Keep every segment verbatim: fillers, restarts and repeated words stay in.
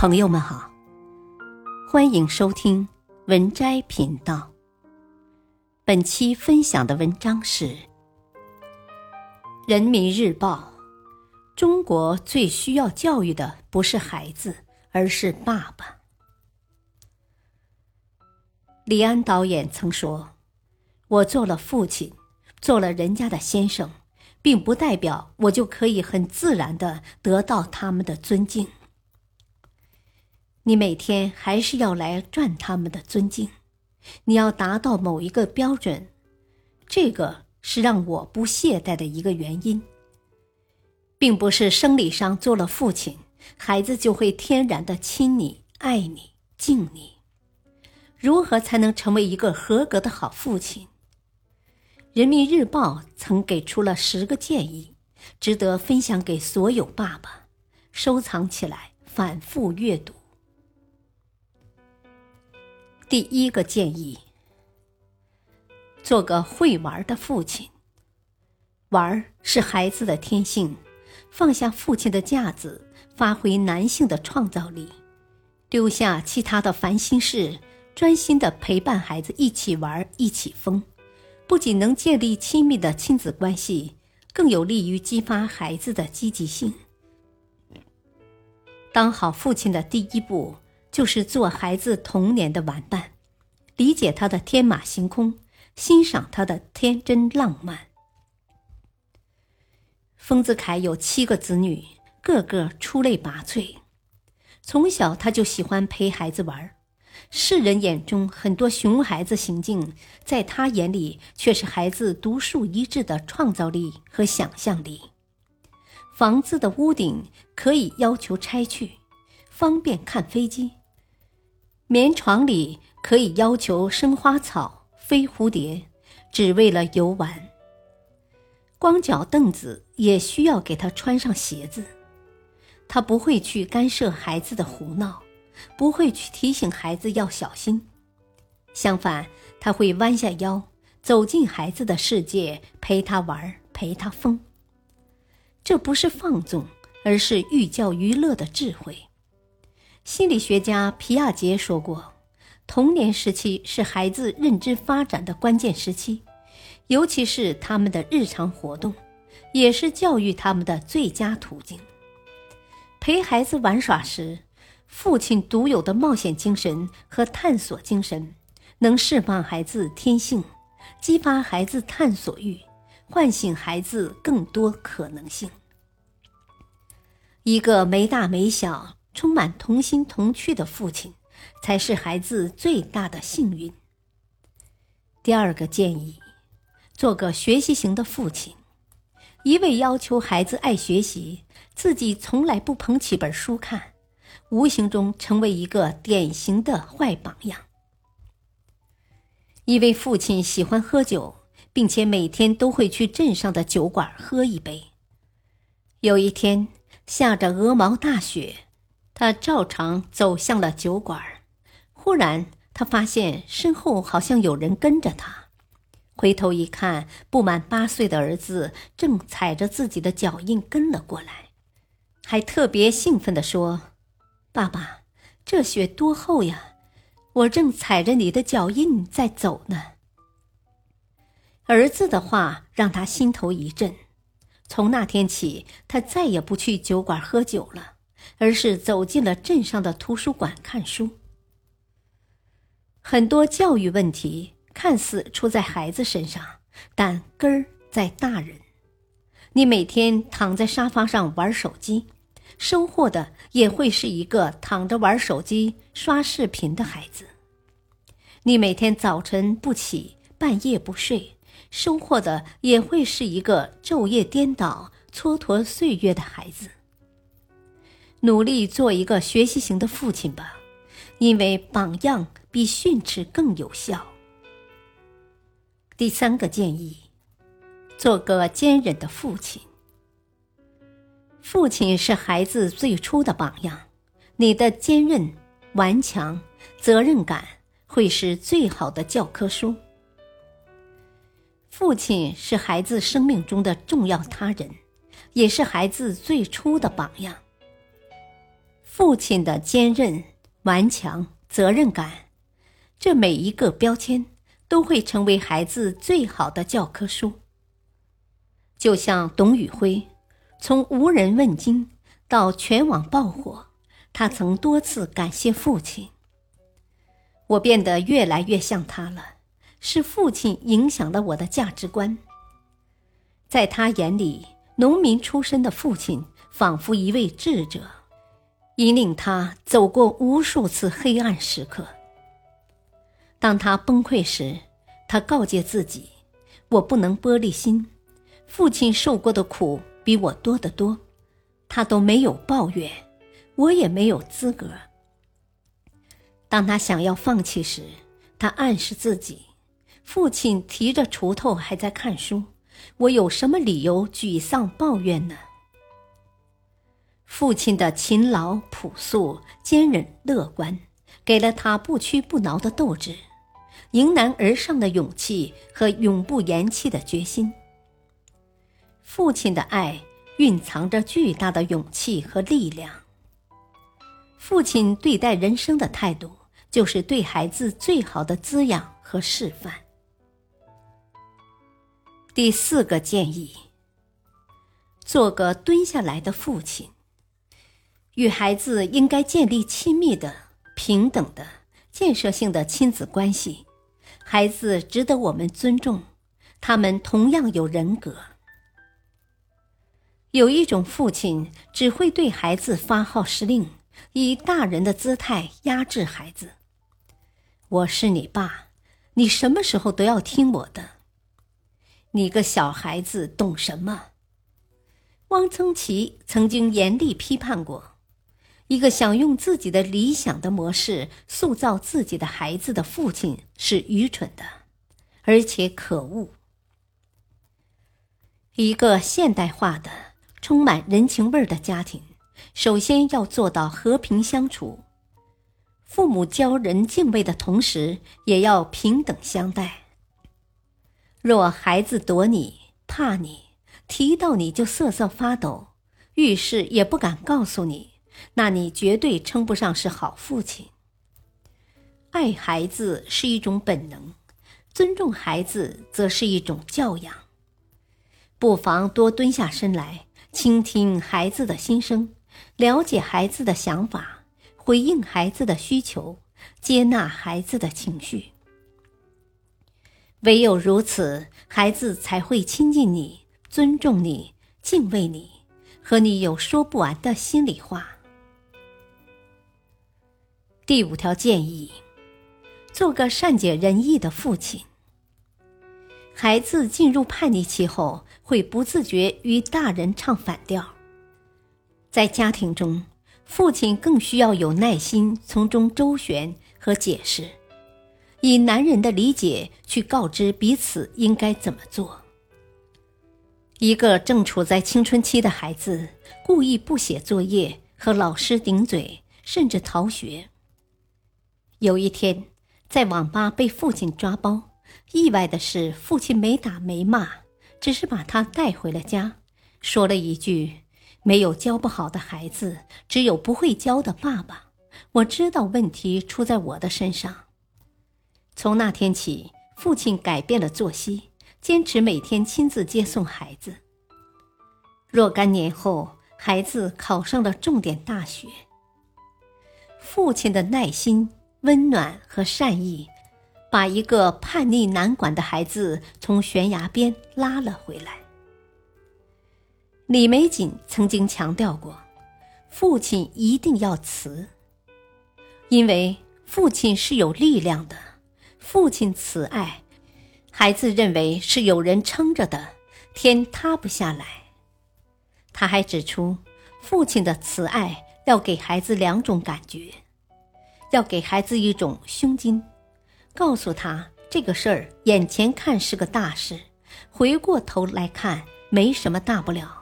朋友们好，欢迎收听文摘频道。本期分享的文章是《人民日报》：中国最需要教育的不是孩子，而是爸爸。李安导演曾说，我做了父亲，做了人家的先生，并不代表我就可以很自然地得到他们的尊敬。你每天还是要来赚他们的尊敬，你要达到某一个标准，这个是让我不懈怠的一个原因，并不是生理上做了父亲，孩子就会天然地亲你、爱你、敬你。如何才能成为一个合格的好父亲？人民日报曾给出了十个建议，值得分享给所有爸爸，收藏起来反复阅读。第一个建议，做个会玩的父亲。玩是孩子的天性，放下父亲的架子，发挥男性的创造力，丢下其他的烦心事，专心地陪伴孩子一起玩，一起疯，不仅能建立亲密的亲子关系，更有利于激发孩子的积极性。当好父亲的第一步，就是做孩子童年的玩伴，理解他的天马行空，欣赏他的天真浪漫。丰子恺有七个子女，个个出类拔萃。从小他就喜欢陪孩子玩，世人眼中很多熊孩子行径，在他眼里却是孩子独树一帜的创造力和想象力。房子的屋顶可以要求拆去，方便看飞机；棉床里可以要求生花草、飞蝴蝶，只为了游玩。光脚凳子也需要给他穿上鞋子。他不会去干涉孩子的胡闹，不会去提醒孩子要小心。相反，他会弯下腰，走进孩子的世界，陪他玩，陪他疯。这不是放纵，而是寓教于乐的智慧。心理学家皮亚杰说过，童年时期是孩子认知发展的关键时期，尤其是他们的日常活动，也是教育他们的最佳途径。陪孩子玩耍时，父亲独有的冒险精神和探索精神，能释放孩子天性，激发孩子探索欲，唤醒孩子更多可能性。一个没大没小，充满童心童趣的父亲，才是孩子最大的幸运。第二个建议，做个学习型的父亲。一味要求孩子爱学习，自己从来不捧起本书看，无形中成为一个典型的坏榜样。一位父亲喜欢喝酒，并且每天都会去镇上的酒馆喝一杯。有一天，下着鹅毛大雪，他照常走向了酒馆。忽然，他发现身后好像有人跟着他。回头一看，不满八岁的儿子正踩着自己的脚印跟了过来，还特别兴奋地说：“爸爸，这雪多厚呀，我正踩着你的脚印在走呢。”儿子的话让他心头一震，从那天起，他再也不去酒馆喝酒了，而是走进了镇上的图书馆看书。很多教育问题看似出在孩子身上，但根儿在大人。你每天躺在沙发上玩手机，收获的也会是一个躺着玩手机、刷视频的孩子。你每天早晨不起，半夜不睡，收获的也会是一个昼夜颠倒、蹉跎岁月的孩子。努力做一个学习型的父亲吧，因为榜样比训斥更有效。第三个建议，做个坚韧的父亲。父亲是孩子最初的榜样，你的坚韧、顽强、责任感会是最好的教科书。父亲是孩子生命中的重要他人，也是孩子最初的榜样。 父亲的坚韧、顽强、责任感，这每一个标签都会成为孩子最好的教科书。就像董宇辉，从无人问津到全网爆火，他曾多次感谢父亲。我变得越来越像他了，是父亲影响了我的价值观。在他眼里，农民出身的父亲仿佛一位智者，引领他走过无数次黑暗时刻。当他崩溃时，他告诫自己，我不能玻璃心，父亲受过的苦比我多得多，他都没有抱怨，我也没有资格。当他想要放弃时，他暗示自己，父亲提着锄头还在看书，我有什么理由沮丧抱怨呢？父亲的勤劳、朴素、坚韧、乐观，给了他不屈不挠的斗志，迎难而上的勇气和永不言弃的决心。父亲的爱蕴藏着巨大的勇气和力量。父亲对待人生的态度，就是对孩子最好的滋养和示范。第四个建议，做个蹲下来的父亲。与孩子应该建立亲密的、平等的、建设性的亲子关系。孩子值得我们尊重，他们同样有人格。有一种父亲只会对孩子发号施令，以大人的姿态压制孩子。我是你爸，你什么时候都要听我的。你个小孩子懂什么？汪曾祺曾经严厉批判过，一个想用自己的理想的模式塑造自己的孩子的父亲是愚蠢的，而且可恶。一个现代化的、充满人情味的家庭，首先要做到和平相处。父母教人敬畏的同时，也要平等相待。若孩子躲你、怕你，提到你就瑟瑟发抖，遇事也不敢告诉你，那你绝对称不上是好父亲。爱孩子是一种本能，尊重孩子则是一种教养。不妨多蹲下身来，倾听孩子的心声，了解孩子的想法，回应孩子的需求，接纳孩子的情绪。唯有如此，孩子才会亲近你，尊重你，敬畏你，和你有说不完的心里话。第五条建议，做个善解人意的父亲。孩子进入叛逆期后，会不自觉与大人唱反调。在家庭中，父亲更需要有耐心，从中周旋和解释，以男人的理解去告知彼此应该怎么做。一个正处在青春期的孩子，故意不写作业，和老师顶嘴，甚至逃学。有一天，在网吧被父亲抓包，意外的是，父亲没打没骂，只是把他带回了家，说了一句，没有教不好的孩子，只有不会教的爸爸。我知道问题出在我的身上。从那天起，父亲改变了作息，坚持每天亲自接送孩子。若干年后，孩子考上了重点大学。父亲的耐心、温暖和善意，把一个叛逆难管的孩子从悬崖边拉了回来。李玫瑾曾经强调过，父亲一定要慈，因为父亲是有力量的，父亲慈爱，孩子认为是有人撑着的，天塌不下来。他还指出，父亲的慈爱要给孩子两种感觉，要给孩子一种胸襟，告诉他这个事儿眼前看是个大事，回过头来看没什么大不了。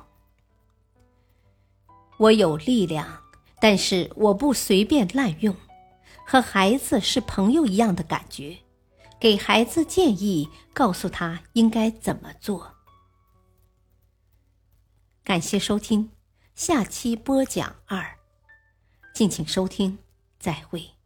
我有力量，但是我不随便滥用，和孩子是朋友一样的感觉，给孩子建议，告诉他应该怎么做。感谢收听，下期播讲二， 敬请收听，再会。